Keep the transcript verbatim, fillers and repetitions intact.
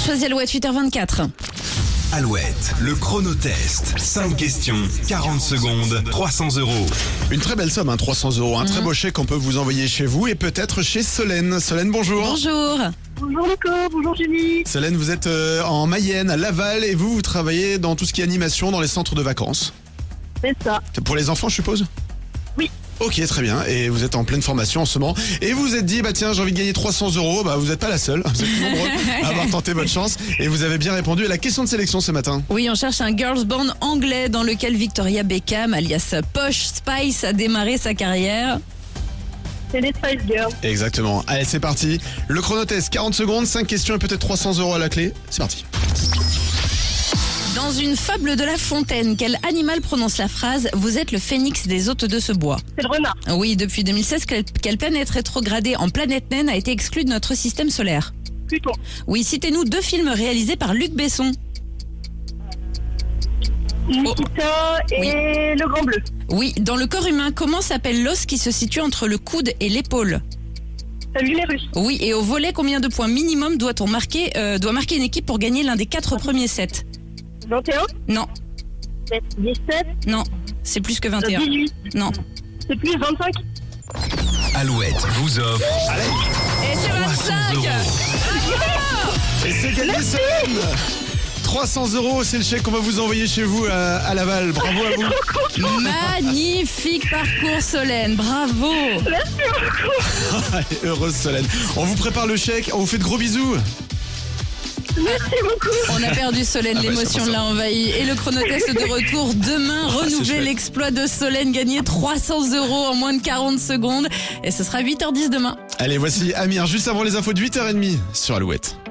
choisi Alouette, huit heures vingt-quatre. Alouette, le chronotest. cinq questions, quarante secondes, trois cents euros. Une très belle somme, hein, trois cents euros. Un très beau chèque qu'on peut vous envoyer chez vous et peut-être chez Solène. Solène, bonjour. Bonjour. Bonjour Nico, bonjour Julie. Solène, vous êtes euh, en Mayenne, à Laval, et vous, vous travaillez dans tout ce qui est animation dans les centres de vacances. C'est ça. C'est pour les enfants, je suppose ? Oui. Ok, très bien. Et vous êtes en pleine formation en ce moment. Et vous vous êtes dit, bah tiens, j'ai envie de gagner trois cents euros. Bah, vous n'êtes pas la seule. Vous êtes nombreux à avoir tenté votre chance. Et vous avez bien répondu à la question de sélection ce matin. Oui, on cherche un girls band anglais dans lequel Victoria Beckham, alias Posh Spice, a démarré sa carrière. C'est les Spice Girls. Exactement. Allez, c'est parti. Le chronotest, quarante secondes, cinq questions et peut-être trois cents euros à la clé. C'est parti. Dans une fable de La Fontaine, quel animal prononce la phrase « Vous êtes le phénix des hôtes de ce bois » ? C'est le renard. Oui, depuis deux mille seize, quelle, quelle planète rétrogradée en planète naine a été exclue de notre système solaire ? Pluton. Oui, citez-nous deux films réalisés par Luc Besson. Nikita et Oui. le Grand Bleu. Oui, dans le corps humain, comment s'appelle l'os qui se situe entre le coude et l'épaule ? Le l'humérus. Oui, et au volet, combien de points minimum doit-on marquer, euh, doit marquer une équipe pour gagner l'un des quatre premiers sets ? vingt et un. Non, dix-sept. non, c'est plus que vingt et un. dix-huit. Non. C'est plus vingt-cinq. Alouette vous offre Et c'est trois cents vingt-cinq. euros. Et c'est gagné, Solène. trois cents euros, c'est le chèque qu'on va vous envoyer chez vous à, à Laval. Bravo à vous. Magnifique parcours, Solène, bravo. Allez, heureuse Solène. On vous prépare le chèque, on vous fait de gros bisous. Merci beaucoup. On a perdu Solène, Ah bah, l'émotion ça va, ça l'a envahi. Et le chronotest de retour demain, Ah, c'est renouveler chouette. l'exploit de Solène, gagner trois cents euros en moins de quarante secondes. Et ce sera huit heures dix demain. Allez, voici Amir, juste avant les infos de huit heures trente sur Alouette.